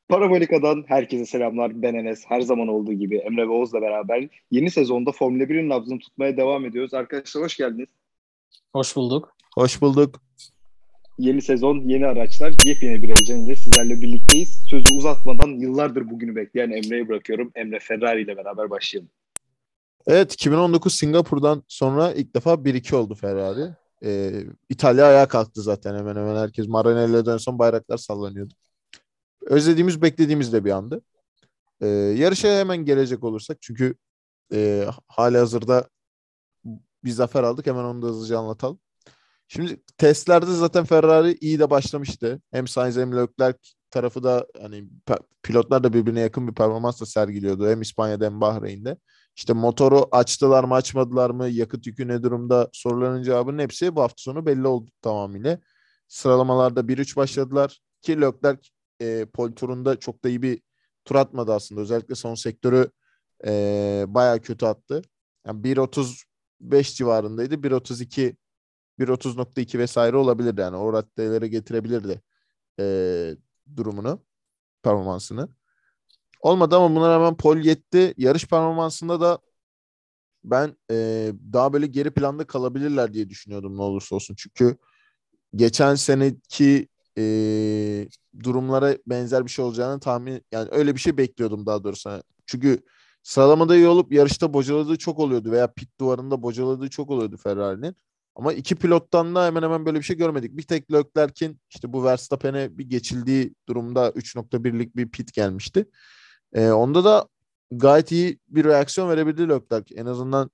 Parabolika'dan herkese selamlar. Ben Enes. Her zaman olduğu gibi Emre ve Oğuz'la beraber yeni sezonda Formula 1'in nabzını tutmaya devam ediyoruz. Arkadaşlar hoş geldiniz. Hoş bulduk. Hoş bulduk. Yeni sezon, yeni araçlar, yepyeni bir heyecan ile sizlerle birlikteyiz. Sözü uzatmadan yıllardır bugünü bekleyen Emre'ye bırakıyorum. Emre, Ferrari ile beraber başlayalım. Evet, 2019 Singapur'dan sonra ilk defa 1-2 oldu Ferrari. İtalya ayağa kalktı zaten, hemen hemen herkes. Maranello'dan son bayraklar sallanıyordu. Özlediğimiz, beklediğimiz de bir andı. Yarışa hemen gelecek olursak, çünkü hali hazırda bir zafer aldık. Hemen onu da hızlıca anlatalım. Şimdi testlerde zaten Ferrari iyi de başlamıştı. Hem Sainz hem Leclerc tarafı da, hani pilotlar da birbirine yakın bir performansla sergiliyordu. Hem İspanya'da hem Bahreyn'de. İşte motoru açtılar mı açmadılar mı, yakıt yükü ne durumda soruların cevabının hepsi bu hafta sonu belli oldu tamamıyla. Sıralamalarda 1-3 başladılar ki Leclerc pole turunda çok da iyi bir tur atmadı aslında. Özellikle son sektörü bayağı kötü attı. Yani 1.35 civarındaydı. 1.32 vesaire olabilirdi, yani o raddelere getirebilirdi durumunu, performansını. Olmadı ama buna rağmen pole yetti. Yarış performansında da ben daha böyle geri planda kalabilirler diye düşünüyordum ne olursa olsun. Çünkü geçen seneki durumlara benzer bir şey olacağını tahmin, yani öyle bir şey bekliyordum daha doğrusu. Çünkü sıralamada iyi olup yarışta bocaladığı çok oluyordu veya pit duvarında bocaladığı çok oluyordu Ferrari'nin. Ama iki pilottan da hemen hemen böyle bir şey görmedik. Bir tek Leclerc'in işte bu Verstappen'e bir geçildiği durumda 3.1'lik bir pit gelmişti. Onda da gayet iyi bir reaksiyon verebildi Leclerc. En azından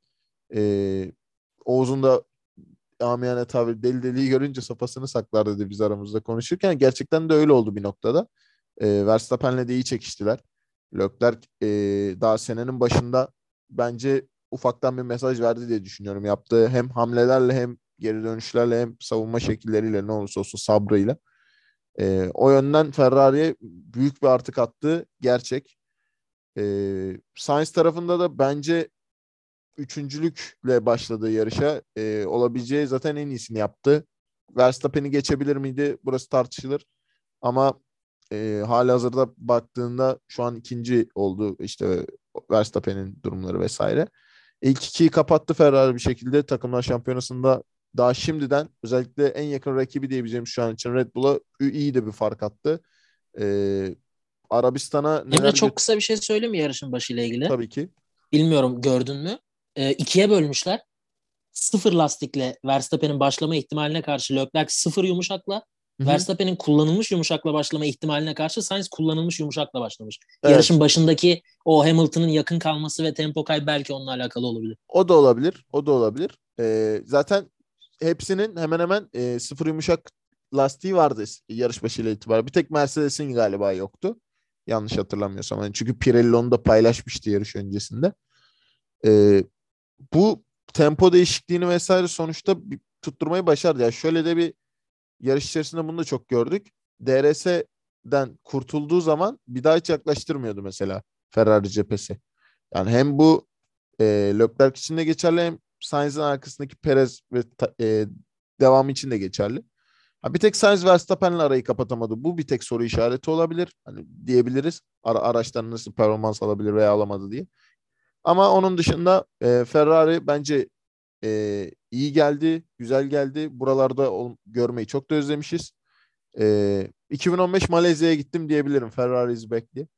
Oğuz'un da amiyane tabir deli deliyi görünce sopasını saklar dedi biz aramızda konuşurken. Gerçekten de öyle oldu bir noktada. Verstappen'le de iyi çekiştiler. Leclerc daha senenin başında bence ufaktan bir mesaj verdi diye düşünüyorum. Yaptığı hem hamlelerle hem geri dönüşlerle hem savunma şekilleriyle, ne olursa olsun sabrıyla. O yönden Ferrari'ye büyük bir artı kattığı gerçek. Sainz tarafında da bence üçüncülükle başladığı yarışa olabileceği zaten en iyisini yaptı. Verstappen'i geçebilir miydi? Burası tartışılır. Ama halihazırda baktığında şu an ikinci oldu işte Verstappen'in durumları vesaire. İlk ikiyi kapattı Ferrari bir şekilde. Takımlar Şampiyonası'nda daha şimdiden özellikle en yakın rakibi diyebileceğim şu an için Red Bull'a iyi de bir fark attı. Arabistan'a Emre, neler çok kısa bir şey söyleyeyim mi yarışın başıyla ilgili? tabii ki. Bilmiyorum, gördün mü? İkiye bölmüşler. Sıfır lastikle Verstappen'in başlama ihtimaline karşı Leclerc sıfır yumuşakla, Hı hı. Verstappen'in kullanılmış yumuşakla başlama ihtimaline karşı Sainz kullanılmış yumuşakla başlamış. Evet. Yarışın başındaki o Hamilton'ın yakın kalması ve tempo kaybı belki onunla alakalı olabilir. O da olabilir. O da olabilir. Zaten hepsinin hemen hemen sıfır yumuşak lastiği vardı yarış başıyla itibaren. Bir tek Mercedes'in galiba yoktu. Yanlış hatırlamıyorsam. Yani çünkü Pirelli onu da paylaşmıştı yarış öncesinde. Ee, Bu tempo değişikliğini vesaire sonuçta tutturmayı başardı. Yani şöyle de bir yarış içerisinde bunu da çok gördük. DRS'den kurtulduğu zaman bir daha hiç yaklaştırmıyordu mesela Ferrari cephesi. Yani hem bu Leclerc için de geçerli, hem Sainz'in arkasındaki Perez ve devamı için de geçerli. Ha, bir tek Sainz Verstappen'le arayı kapatamadı. Bu bir tek soru işareti olabilir. Hani diyebiliriz. Araçtan nasıl performans alabilir veya alamadı diye. Ama onun dışında Ferrari bence iyi geldi, güzel geldi. Buralarda görmeyi çok da özlemişiz. 2015 Malezya'ya gittim diyebilirim Ferrari is back diye.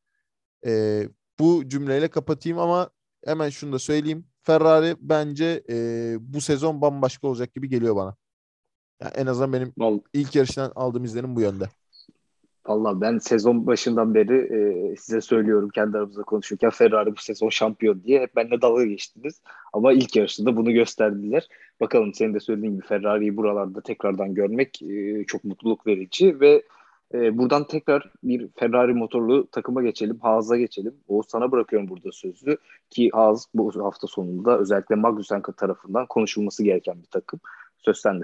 Bu cümleyle kapatayım ama hemen şunu da söyleyeyim. Ferrari bence bu sezon bambaşka olacak gibi geliyor bana. Yani en azından benim Vallahi, ilk yarıştan aldığım izlenim bu yönde. vallahi ben sezon başından beri size söylüyorum, kendi aramızda konuşurken Ferrari bu sezon şampiyon diye hep benimle dalga geçtiniz. Ama ilk yarışta da bunu gösterdiler. Bakalım, senin de söylediğin gibi Ferrari'yi buralarda tekrardan görmek çok mutluluk verici ve buradan tekrar bir Ferrari motorlu takıma geçelim. Haas'a geçelim. Oğuz, sana bırakıyorum burada sözü ki Haas bu hafta sonunda özellikle Magnussen tarafından konuşulması gereken bir takım. Söz sende.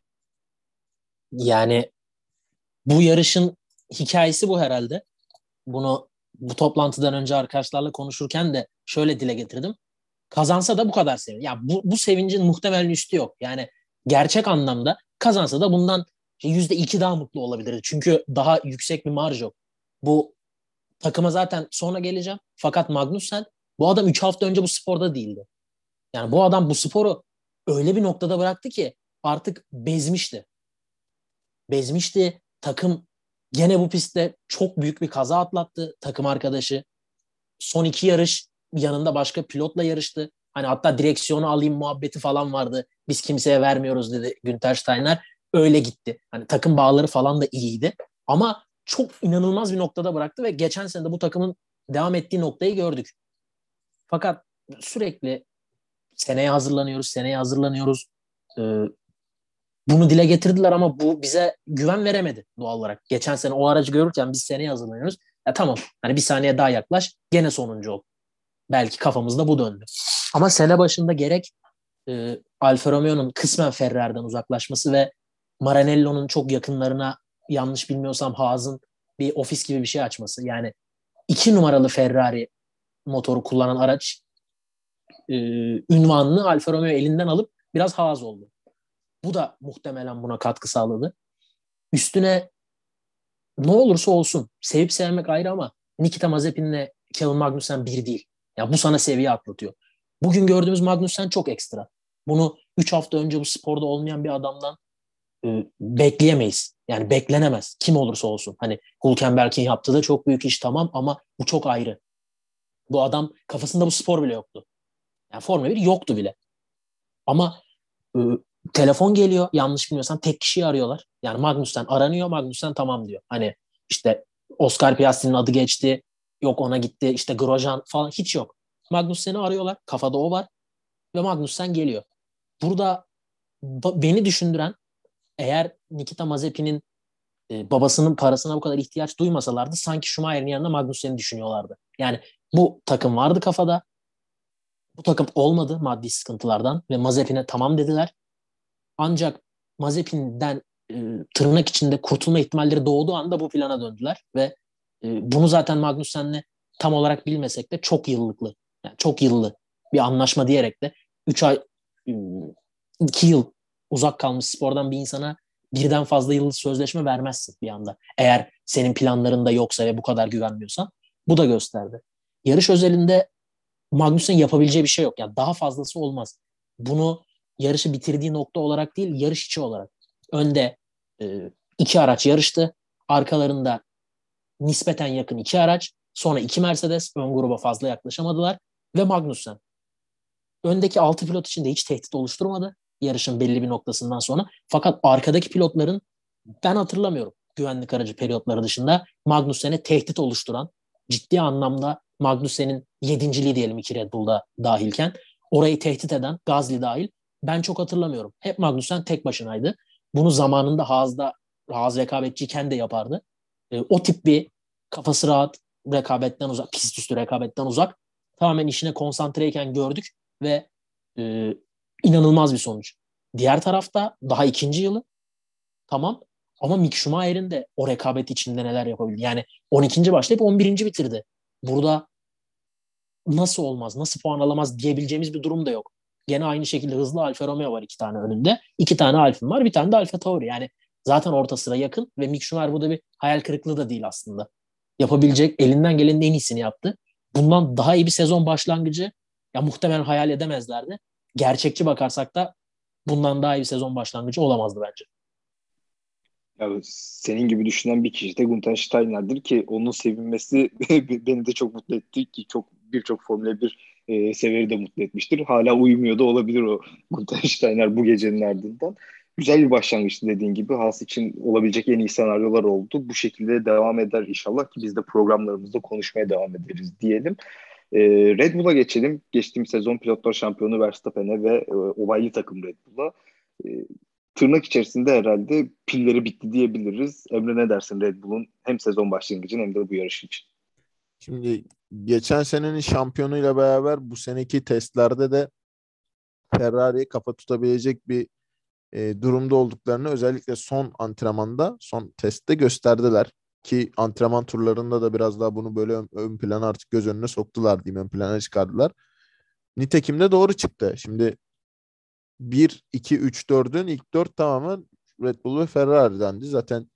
Yani bu yarışın hikayesi bu herhalde. Bunu bu toplantıdan önce arkadaşlarla konuşurken de şöyle dile getirdim. Kazansa da bu kadar sevin. Ya bu sevincin muhtemelen üstü yok. Yani gerçek anlamda kazansa da bundan %2 daha mutlu olabilirdi. Çünkü daha yüksek bir marj yok. Bu Takıma zaten sonra geleceğim. Fakat Magnussen, bu adam 3 hafta önce bu sporda değildi. Yani bu adam bu sporu öyle bir noktada bıraktı ki artık bezmişti. Bezmişti. Takım gene bu pistte çok büyük bir kaza atlattı takım arkadaşı. Son 2 yarış yanında başka pilotla yarıştı. Hani hatta direksiyonu alayım muhabbeti falan vardı. Biz kimseye vermiyoruz dedi Günther Steiner. Öyle gitti. Hani takım bağları falan da iyiydi. Ama çok inanılmaz bir noktada bıraktı ve geçen sene de bu takımın devam ettiği noktayı gördük. Fakat sürekli seneye hazırlanıyoruz, seneye hazırlanıyoruz. Ee, Bunu dile getirdiler ama bu bize güven veremedi doğal olarak. Geçen sene o aracı görürken biz seneye hazırlanıyoruz. Ya tamam, hani bir saniye daha yaklaş, gene sonuncu ol. Belki kafamızda bu döndü. Ama sene başında gerek Alfa Romeo'nun kısmen Ferrari'den uzaklaşması ve Maranello'nun çok yakınlarına, yanlış bilmiyorsam Haas'ın bir ofis gibi bir şey açması. Yani 2 numaralı Ferrari motoru kullanan araç ünvanını Alfa Romeo elinden alıp biraz Haas oldu. Bu da muhtemelen buna katkı sağladı. Üstüne ne olursa olsun sevip sevmek ayrı ama Nikita Mazepin'le Kevin Magnussen bir değil. Ya bu sana seviye atlatıyor. Bugün gördüğümüz Magnussen çok ekstra. Bunu 3 hafta önce bu sporda olmayan bir adamdan bekleyemeyiz. Yani beklenemez. Kim olursa olsun. Hani Hülkenberg'in yaptığı da çok büyük iş, tamam, ama bu çok ayrı. Bu adam kafasında bu spor bile yoktu. Yani Formula 1 yoktu bile. Ama e, telefon geliyor, yanlış bilmiyorsam tek kişiyi arıyorlar. Yani Magnussen aranıyor, Magnussen tamam diyor. Hani işte Oscar Piastri'nin adı geçti. Yok ona gitti, işte Grosjean falan hiç yok. Magnussen'i arıyorlar. Kafada o var. Ve Magnussen geliyor. Burada beni düşündüren, eğer Nikita Mazepin'in babasının parasına bu kadar ihtiyaç duymasalardı sanki Schumacher'in yanında Magnussen'i düşünüyorlardı. Yani bu takım vardı kafada. Bu takım olmadı maddi sıkıntılardan ve Mazepin'e tamam dediler. Ancak Mazepin'den tırnak içinde kurtulma ihtimalleri doğduğu anda bu plana döndüler ve bunu zaten Magnussen'le tam olarak bilmesek de çok yıllıklı, yani çok yıllı bir anlaşma diyerek de 3 ay, 2 yıl uzak kalmış spordan bir insana birden fazla yıllık sözleşme vermezsin bir anda. Eğer senin planlarında yoksa ve bu kadar güvenmiyorsan, bu da gösterdi. Yarış özelinde Magnus'un yapabileceği bir şey yok. Yani daha fazlası olmaz. Bunu yarışı bitirdiği nokta olarak değil, yarış içi olarak. Önde 2 araç yarıştı. Arkalarında nispeten yakın 2 araç. Sonra 2 Mercedes ön gruba fazla yaklaşamadılar. Ve Magnussen. Öndeki 6 pilot için de hiç tehdit oluşturmadı yarışın belli bir noktasından sonra. Fakat arkadaki pilotların, ben hatırlamıyorum güvenlik aracı periyotları dışında Magnussen'e tehdit oluşturan, ciddi anlamda Magnussen'in yedinciliği diyelim 2 Red Bull'da dahilken orayı tehdit eden, Gasly dahil, ben çok hatırlamıyorum. Hep Magnussen tek başınaydı. Bunu zamanında Haas rekabetçiyken de yapardı. O tip bir kafası rahat, rekabetten uzak, pist üstü rekabetten uzak, tamamen işine konsantreyken gördük ve e, inanılmaz bir sonuç. Diğer tarafta daha ikinci yılı, tamam, ama Mick Schumacher'in de o rekabet içinde neler yapabildi. Yani 12. başlayıp 11. bitirdi. Burada nasıl olmaz, nasıl puan alamaz diyebileceğimiz bir durum da yok. Gene aynı şekilde hızlı Alfa Romeo var 2 tane önünde. 2 tane Alfa'm var, bir tane de Alfa Tauri. Yani zaten orta sıra yakın ve Mick Schumacher burada bir hayal kırıklığı da değil aslında. Yapabilecek, elinden gelenin en iyisini yaptı. Bundan daha iyi bir sezon başlangıcı ya muhtemelen hayal edemezlerdi. Gerçekçi bakarsak da bundan daha iyi bir sezon başlangıcı olamazdı bence. Ya senin gibi düşünen bir kişi de Günther Steiner'dir ki onun sevinmesi beni de çok mutlu etti ki birçok Formula 1 severi de mutlu etmiştir. Hala uyumuyor da olabilir o Günther Steiner bu gecenin ardından. Güzel bir başlangıçtı dediğin gibi. Haas için olabilecek en iyi senaryolar oldu. Bu şekilde devam eder inşallah ki biz de programlarımızda konuşmaya devam ederiz diyelim. Red Bull'a geçelim. Geçtiğimiz sezon pilotlar şampiyonu Verstappen'e ve olaylı takım Red Bull'a. E, Tırnak içerisinde herhalde pilleri bitti diyebiliriz. Emre ne dersin Red Bull'un hem sezon başlangıcı hem de bu yarış için? Şimdi geçen senenin şampiyonuyla beraber bu seneki testlerde de Ferrari'ye kafa tutabilecek bir durumda olduklarını özellikle son antrenmanda, son testte gösterdiler. Ki antrenman turlarında da biraz daha bunu böyle ön plana artık göz önüne soktular diyeyim, ön plana çıkardılar. Nitekim de doğru çıktı. Şimdi 1, 2, 3, 4'ün ilk 4 tamamen Red Bull ve Ferrari'dendi. Zaten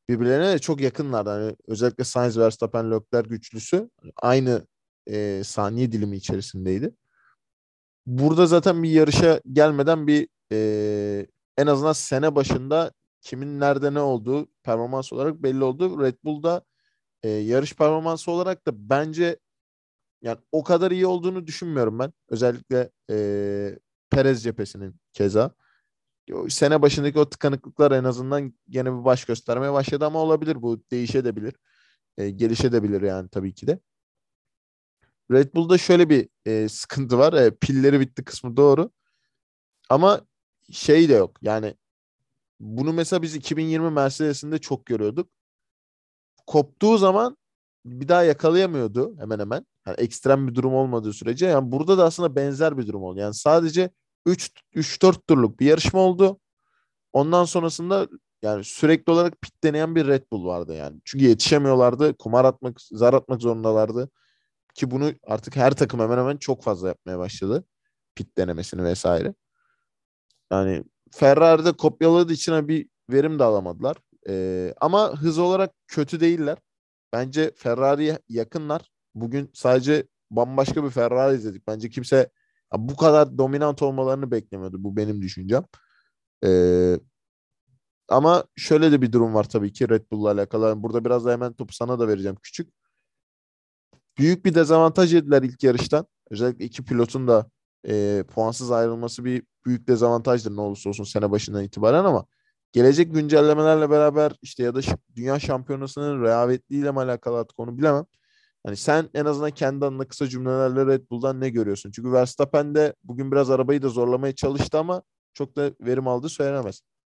birbirlerine de çok yakınlardı. Hani özellikle Sainz, Verstappen, Leclerc güçlüsü aynı saniye dilimi içerisindeydi. Burada zaten bir yarışa gelmeden bir en azından sene başında kimin nerede ne olduğu performans olarak belli oldu. Red Bull'da yarış performansı olarak da bence yani o kadar iyi olduğunu düşünmüyorum ben. Özellikle Perez cephesinin keza. O sene başındaki o tıkanıklıklar en azından gene bir baş göstermeye başladı ama olabilir, bu değişebilir. Gelişebilir yani tabii ki de. Red Bull'da şöyle bir sıkıntı var. Pilleri bitti kısmı doğru. Ama şey de yok. Yani bunu mesela biz 2020 Mercedes'inde çok görüyorduk. Koptuğu zaman bir daha yakalayamıyordu hemen hemen. Yani ekstrem bir durum olmadığı sürece. Yani burada da aslında benzer bir durum oldu. Yani sadece 3-4 turluk bir yarışma oldu. Ondan sonrasında yani sürekli olarak pit deneyen bir Red Bull vardı yani. Çünkü yetişemiyorlardı. Kumar atmak, zar atmak zorundalardı. Ki bunu artık her takım hemen hemen çok fazla yapmaya başladı. Pit denemesini vesaire. Yani Ferrari'de kopyaladığı için bir verim de alamadılar. Ama hız olarak kötü değiller. Bence Ferrari'ye yakınlar. Bugün sadece bambaşka bir Ferrari izledik. Bence kimse bu kadar dominant olmalarını beklemiyordu. Bu benim düşüncem. Ee, Ama şöyle de bir durum var tabii ki Red Bull'la alakalı. Burada biraz da hemen topu sana da vereceğim küçük. Büyük bir dezavantaj yediler ilk yarıştan. Özellikle iki pilotun da puansız ayrılması bir büyük dezavantajdır ne olursa olsun sene başından itibaren ama gelecek güncellemelerle beraber işte ya da dünya şampiyonasının rehavetliğiyle mi alakalı artık onu bilemem. Hani sen en azından kendi adına kısa cümlelerle Red Bull'dan ne görüyorsun? Çünkü Verstappen de bugün biraz arabayı da zorlamaya çalıştı ama çok da verim aldığı söylenemez.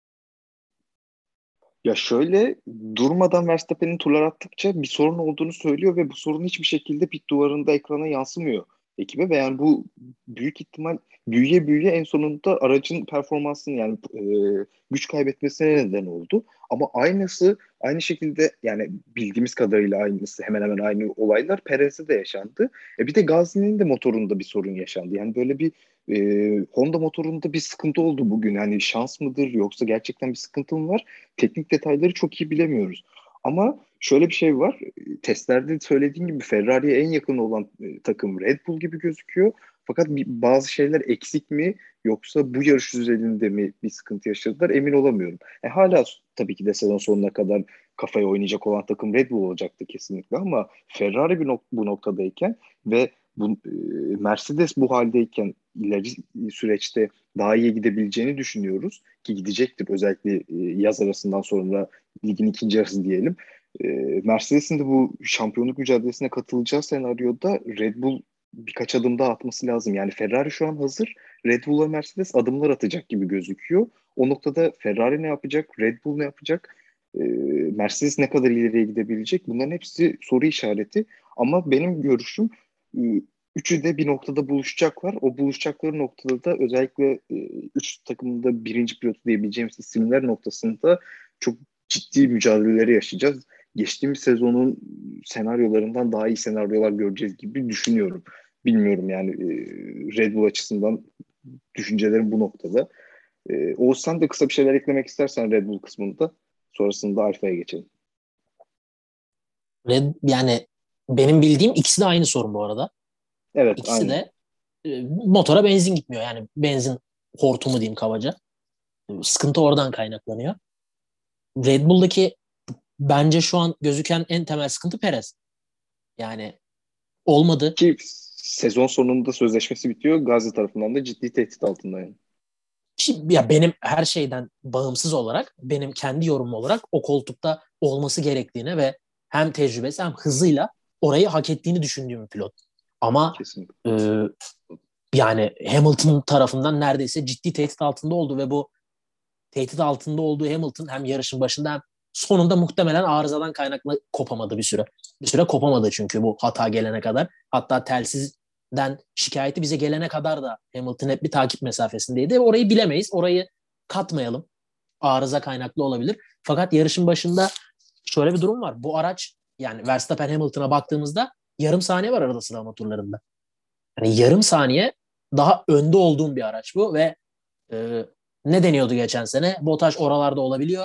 Ya şöyle, durmadan Verstappen'in turlar attıkça bir sorun olduğunu söylüyor ve bu sorun hiçbir şekilde pit duvarında ekrana yansımıyor ekibe ve yani bu büyük ihtimal büyüye büyüye en sonunda aracın performansını yani güç kaybetmesine neden oldu. Ama aynı şekilde yani bildiğimiz kadarıyla aynısı hemen hemen aynı olaylar Perez'de de yaşandı. Bir de Gasly'nin de motorunda bir sorun yaşandı. Yani böyle bir Honda motorunda bir sıkıntı oldu bugün. Yani şans mıdır yoksa gerçekten bir sıkıntı mı var? Teknik detayları çok iyi bilemiyoruz. Ama şöyle bir şey var. Testlerde söylediğim gibi Ferrari'ye en yakın olan takım Red Bull gibi gözüküyor. Fakat bazı şeyler eksik mi yoksa bu yarış üzerinde mi bir sıkıntı yaşadılar emin olamıyorum. Hala tabii ki de sezon sonuna kadar kafaya oynayacak olan takım Red Bull olacaktı kesinlikle ama Ferrari bu noktadayken ve Mercedes bu haldeyken ileri süreçte daha iyi gidebileceğini düşünüyoruz ki gidecektir özellikle yaz arasından sonra ligin ikinci yarısı diyelim. E, Mercedes'in de bu şampiyonluk mücadelesine katılacağı senaryoda Red Bull birkaç adım daha atması lazım. Yani Ferrari şu an hazır. Red Bull ve Mercedes adımlar atacak gibi gözüküyor. O noktada Ferrari ne yapacak? Red Bull ne yapacak? E, Mercedes ne kadar ileriye gidebilecek? Bunların hepsi soru işareti. Ama benim görüşüm e, üçü de bir noktada buluşacaklar. O buluşacakları noktada da özellikle üç takımın da birinci pilotu diyebileceğimiz isimler noktasında çok ciddi mücadeleleri yaşayacağız. Geçtiğimiz sezonun senaryolarından daha iyi senaryolar göreceğiz gibi düşünüyorum. Bilmiyorum yani Red Bull açısından düşüncelerim bu noktada. Oğuz sen de kısa bir şeyler eklemek istersen Red Bull kısmında sonrasında Alfa'ya geçelim. Yani benim bildiğim ikisi de aynı sorun bu arada. Evet, İkisi aynen. de motora benzin gitmiyor. Yani benzin hortumu diyeyim kabaca. Sıkıntı oradan kaynaklanıyor. Red Bull'daki bence şu an gözüken en temel sıkıntı Perez. Yani olmadı. Ki sezon sonunda sözleşmesi bitiyor. Gazze tarafından da ciddi tehdit altında yani. Ya benim her şeyden bağımsız olarak benim kendi yorumum olarak o koltukta olması gerektiğine ve hem tecrübesi hem hızıyla orayı hak ettiğini düşündüğüm bir pilot. Ama Kesinlikle. e, yani Hamilton tarafından neredeyse ciddi tehdit altında oldu ve bu tehdit altında olduğu Hamilton hem yarışın başında hem sonunda muhtemelen arızadan kaynaklı kopamadı bir süre. Bir süre kopamadı çünkü bu hata gelene kadar. Hatta telsizden şikayeti bize gelene kadar da Hamilton hep bir takip mesafesindeydi. Orayı bilemeyiz. Orayı katmayalım. Arıza kaynaklı olabilir. Fakat yarışın başında şöyle bir durum var. Bu araç yani Verstappen Hamilton'a baktığımızda yarım saniye var arada sıralama turlarında. Yani yarım saniye daha önde olduğum bir araç bu ve e, ne deniyordu geçen sene? Bottas oralarda olabiliyor.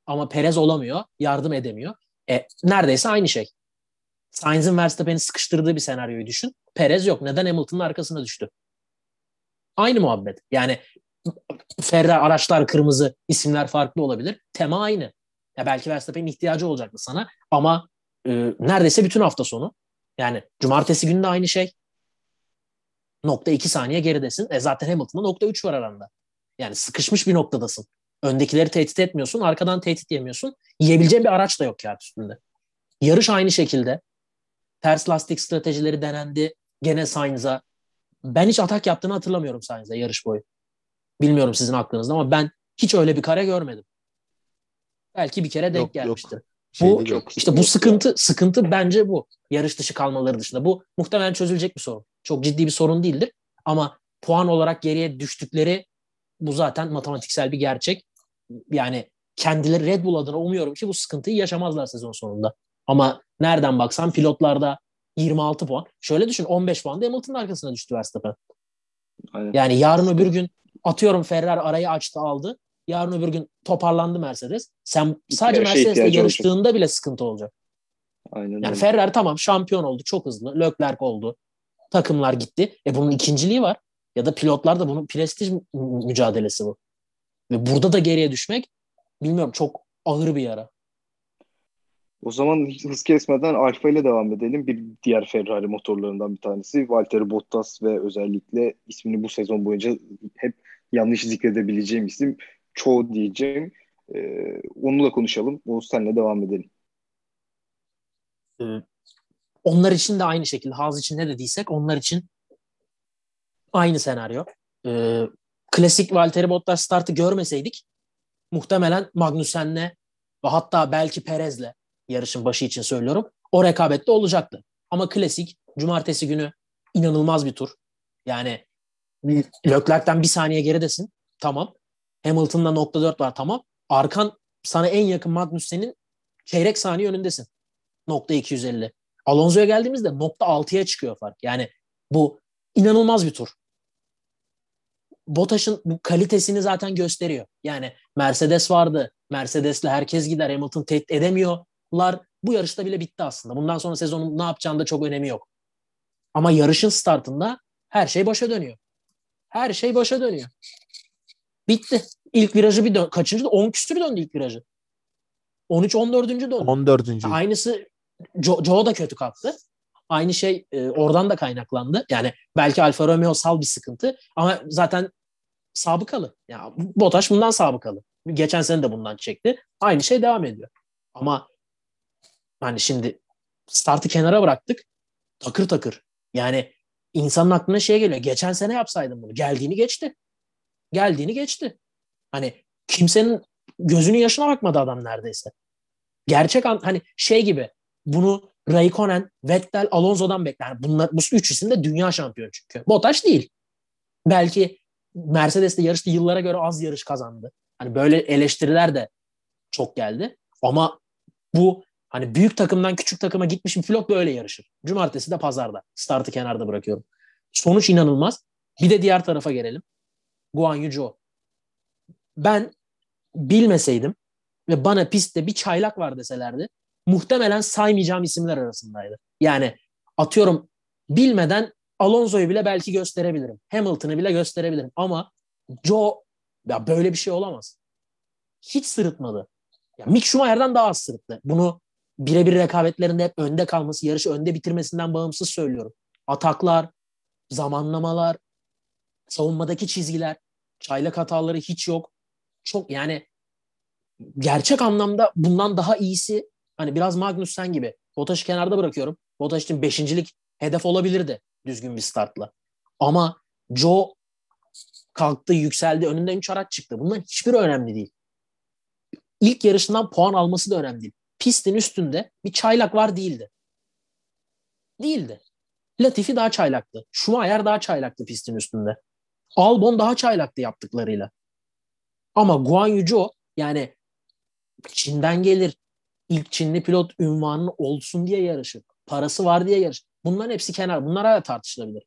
Ama Perez olamıyor, yardım edemiyor. Neredeyse aynı şey. Sainz'in Verstappen'i sıkıştırdığı bir senaryoyu düşün. Perez yok. Neden Hamilton'ın arkasına düştü? Aynı muhabbet. Yani Ferrari araçlar kırmızı, isimler farklı olabilir. Tema aynı. Ya belki Verstappen'in ihtiyacı olacaktı sana ama neredeyse bütün hafta sonu. Yani cumartesi günü de aynı şey. 0,2 saniye geridesin. Zaten Hamilton'da 0,3 var aranda. Yani sıkışmış bir noktadasın. Öndekileri tehdit etmiyorsun, arkadan tehdit yemiyorsun. Yiyebileceğin bir araç da yok kağıt üstünde. Yarış aynı şekilde. Ters lastik stratejileri denendi. Gene Sainz'a. Ben hiç atak yaptığını hatırlamıyorum Sainz'e yarış boyu. Bilmiyorum sizin aklınızda ama ben hiç öyle bir kare görmedim. Belki bir kere denk Yok gelmiştir. Şeyde Bu çok işte bu sıkıntı bence bu. Yarış dışı kalmaları dışında. Bu muhtemelen çözülecek bir sorun. Çok ciddi bir sorun değildir. Ama puan olarak geriye düştükleri bu zaten matematiksel bir gerçek. Yani kendileri Red Bull adına umuyorum ki bu sıkıntıyı yaşamazlar sezon sonunda. Ama nereden baksan pilotlarda 26 puan. Şöyle düşün 15 puan da Hamilton'ın arkasına düştü Verstappen. Aynen. Yani yarın öbür gün atıyorum Ferrari arayı açtı aldı. Yarın öbür gün toparlandı Mercedes. Sen sadece Mercedes'le yarıştığında bile sıkıntı olacak. Aynen yani öyle. Ferrari tamam şampiyon oldu çok hızlı. Leclerc oldu. Takımlar gitti. Bunun ikinciliği var. Ya da pilotlar da bunun prestij mücadelesi bu. Ve burada da geriye düşmek bilmiyorum çok ağır bir yara. O zaman hız kesmeden Alfa ile devam edelim. Bir diğer Ferrari motorlarından bir tanesi Valtteri Bottas ve özellikle ismini bu sezon boyunca hep yanlış zikredebileceğim isim Çoğu diyeceğim. Onunla konuşalım. O senle devam edelim. Onlar için de aynı şekilde. Haas için ne dediysek onlar için aynı senaryo. Klasik Valtteri Bottas startı görmeseydik muhtemelen Magnussen'le ve hatta belki Perez'le yarışın başı için söylüyorum. O rekabette olacaktı. Ama klasik cumartesi günü inanılmaz bir tur. Yani Leclerc'ten bir saniye geridesin. Tamam. Hamilton'da 0,4 var. Tamam. Arkan sana en yakın Magnussen'in çeyrek saniye önündesin. 0,250. Alonso'ya geldiğimizde 0,6'ya çıkıyor fark. Yani bu inanılmaz bir tur. Bottas'ın bu kalitesini zaten gösteriyor. Yani Mercedes vardı. Mercedes'le herkes gider. Hamilton tehdit edemiyorlar. Bu yarışta bile bitti aslında. Bundan sonra sezonun ne yapacağında çok önemi yok. Ama yarışın startında her şey başa dönüyor. Her şey başa dönüyor. Bitti. İlk virajı kaçıncı? 10 küsür döndü ilk virajı. 13-14. döndü. 14. Aynısı Joe da kötü kalktı. Aynı şey oradan da kaynaklandı. Yani belki Alfa Romeo sal bir sıkıntı ama zaten sabıkalı. Ya Bottas bundan sabıkalı. Geçen sene de bundan çekti. Aynı şey devam ediyor. Ama hani şimdi startı kenara bıraktık. Takır takır. Yani insanın aklına şey geliyor. Geçen sene yapsaydım bunu. Geldiğini geçti. Geldiğini geçti. Hani kimsenin gözünün yaşına bakmadı adam neredeyse. Gerçek hani şey gibi bunu Raikkonen, Vettel, Alonso'dan bekler. Bunlar, bu üç isim de dünya şampiyonu çünkü. Bottas değil. Belki Mercedes'te yarıştı yıllara göre az yarış kazandı. Hani böyle eleştiriler de çok geldi. Ama bu hani büyük takımdan küçük takıma gitmiş bir pilot böyle yarışır. Cumartesi de pazarda. Startı kenarda bırakıyorum. Sonuç inanılmaz. Bir de diğer tarafa gelelim. Guan Yu Zhou. Ben bilmeseydim ve bana pistte bir çaylak var deselerdi muhtemelen saymayacağım isimler arasındaydı. Yani atıyorum bilmeden Alonso'yu bile belki gösterebilirim. Hamilton'ı bile gösterebilirim. Ama Joe ya böyle bir şey olamaz. Hiç sırıtmadı. Ya Mick Schumacher'dan daha az sırıttı. Bunu birebir rekabetlerinde hep önde kalması, yarışı önde bitirmesinden bağımsız söylüyorum. Ataklar, zamanlamalar, savunmadaki çizgiler, çaylak hataları hiç yok. Çok yani gerçek anlamda bundan daha iyisi hani biraz Magnussen gibi. Bottas'ı kenarda bırakıyorum. Bottas için beşincilik hedef olabilirdi düzgün bir startla. Ama Joe kalktı, yükseldi. Önünden 3 araç çıktı. Bunların hiçbiri önemli değil. İlk yarışından puan alması da önemli değil. Pistin üstünde bir çaylak var değildi. Değildi. Latifi daha çaylaktı. Schumacher daha çaylaktı pistin üstünde. Albon daha çaylaktı yaptıklarıyla. Ama Guan Yu Zhou yani Çin'den gelir. İlk Çinli pilot ünvanı olsun diye yarışır. Parası var diye yarışır. Bunların hepsi kenar. Bunlar hala tartışılabilir.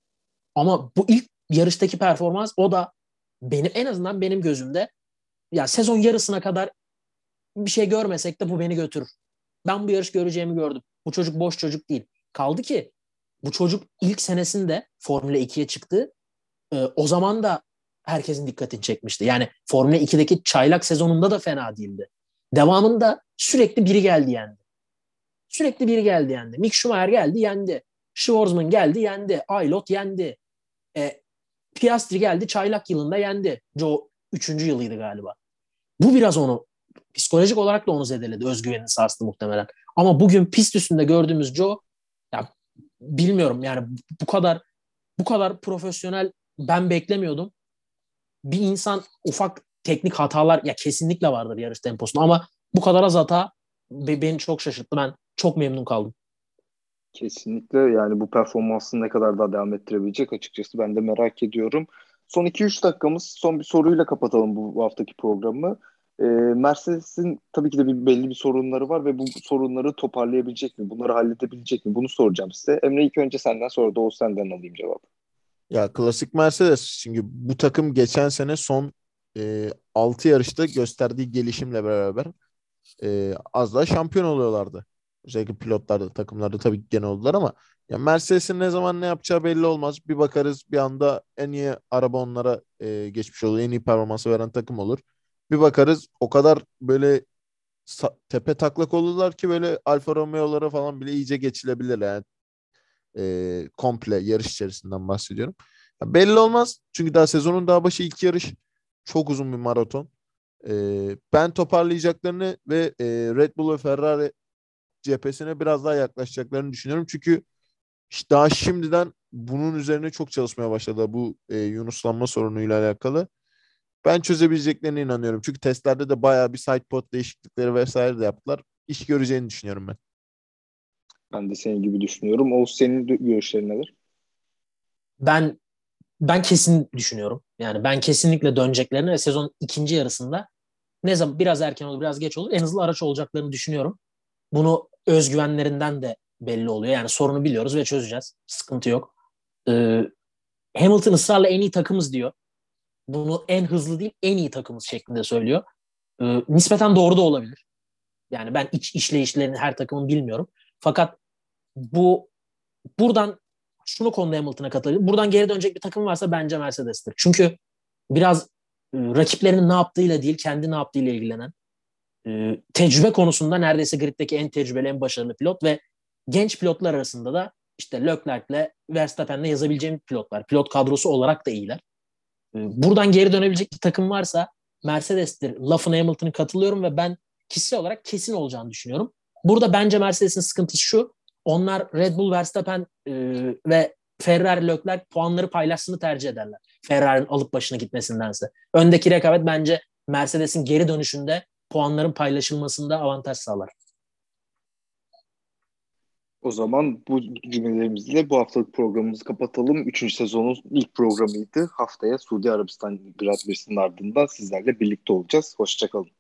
Ama bu ilk yarıştaki performans o da benim en azından benim gözümde ya sezon yarısına kadar bir şey görmesek de bu beni götürür. Ben bu yarış göreceğimi gördüm. Bu çocuk boş çocuk değil. Kaldı ki bu çocuk ilk senesinde Formula 2'ye çıktı. O zaman da herkesin dikkatini çekmişti. Yani Formula 2'deki çaylak sezonunda da fena değildi. Devamında sürekli biri geldi yendi. Sürekli biri geldi yendi. Mick Schumacher geldi yendi. Schwarzman geldi yendi. Aylot yendi. Piastri geldi çaylak yılında yendi. Joe 3. yılıydı galiba. Bu biraz onu psikolojik olarak da onu zedeledi. Özgüvenini sarstı muhtemelen. Ama bugün pist üstünde gördüğümüz Joe, ya bilmiyorum yani bu kadar profesyonel ben beklemiyordum. Bir insan ufak teknik hatalar ya kesinlikle vardır yarış temposunda ama bu kadar az hata beni çok şaşırttı. Ben çok memnun kaldım. Kesinlikle, yani bu performansını ne kadar daha devam ettirebilecek açıkçası ben de merak ediyorum. Son 2-3 dakikamız, son bir soruyla kapatalım bu haftaki programı. Mercedes'in tabii ki de belli bir sorunları var ve bu sorunları toparlayabilecek mi? Bunları halledebilecek mi? Bunu soracağım size. Emre, ilk önce senden, sonra da senden alayım cevap. Ya klasik Mercedes. Çünkü bu takım geçen sene son 6 yarışta gösterdiği gelişimle beraber az daha şampiyon oluyorlardı. Özellikle pilotlarda, takımlarda tabii ki gene oldular ama ya Mercedes'in ne zaman ne yapacağı belli olmaz. Bir bakarız bir anda en iyi araba onlara geçmiş olur. En iyi performansı veren takım olur. Bir bakarız o kadar böyle tepe taklak olurlar ki böyle Alfa Romeo'lara falan bile iyice geçilebilir yani. Komple yarış içerisinden bahsediyorum. Ya belli olmaz. Çünkü daha sezonun daha başı, ilk yarış çok uzun bir maraton. Ben toparlayacaklarını ve Red Bull ve Ferrari cephesine biraz daha yaklaşacaklarını düşünüyorum. Çünkü daha şimdiden bunun üzerine çok çalışmaya başladı bu yunuslanma sorunuyla alakalı. Ben çözebileceklerine inanıyorum. Çünkü testlerde de bayağı bir sidepod değişiklikleri vesaire de yaptılar. İş göreceğini düşünüyorum ben. Ben de senin gibi düşünüyorum. Oğuz, senin görüşlerin neler? Ben kesin düşünüyorum. Yani ben kesinlikle döneceklerini ve sezon ikinci yarısında ne zaman biraz erken olur biraz geç olur en hızlı araç olacaklarını düşünüyorum. Bunu özgüvenlerinden de belli oluyor. Yani sorunu biliyoruz ve çözeceğiz. Sıkıntı yok. Ee, Hamilton ısrarla en iyi takımız diyor. Bunu en hızlı değil en iyi takımız şeklinde söylüyor. Nispeten doğru da olabilir. Yani ben iç işleyişlerini her takımın bilmiyorum. Fakat buradan şunu konuda Hamilton'a katılıyorum. Buradan geri dönecek bir takım varsa bence Mercedes'tir. Çünkü biraz rakiplerinin ne yaptığıyla değil kendi ne yaptığıyla ilgilenen, tecrübe konusunda neredeyse griddeki en tecrübeli, en başarılı pilot ve genç pilotlar arasında da işte Leclerc'le Verstappen'le yazabileceğim pilotlar. Pilot kadrosu olarak da iyiler. Buradan geri dönebilecek bir takım varsa Mercedes'tir. Lafına Hamilton'ın katılıyorum ve ben kişisel olarak kesin olacağını düşünüyorum. Burada bence Mercedes'in sıkıntısı şu. Onlar Red Bull, Verstappen ve Ferrari, Leclerc puanları paylaşsını tercih ederler. Ferrari'nin alıp başına gitmesindense. Öndeki rekabet bence Mercedes'in geri dönüşünde puanların paylaşılmasında avantaj sağlar. O zaman bu cümlelerimizle bu haftalık programımızı kapatalım. 3. sezonun ilk programıydı. Haftaya Suudi Arabistan Grand Prix'sinin ardından sizlerle birlikte olacağız. Hoşça kalın.